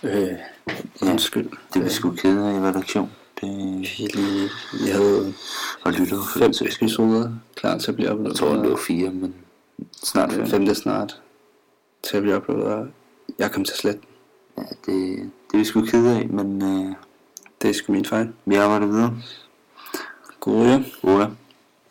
Undskyld. Det er vi sgu kede af i redaktion. Jeg havde og lytter 5 episoder klar til at blive uploadet. Jeg tror, det var 4, men snart 5. snart til at blive uploadet, og jeg kom til slet. Ja, det er vi sgu kede af, men det er sgu min fejl. Vi arbejder videre. God uge.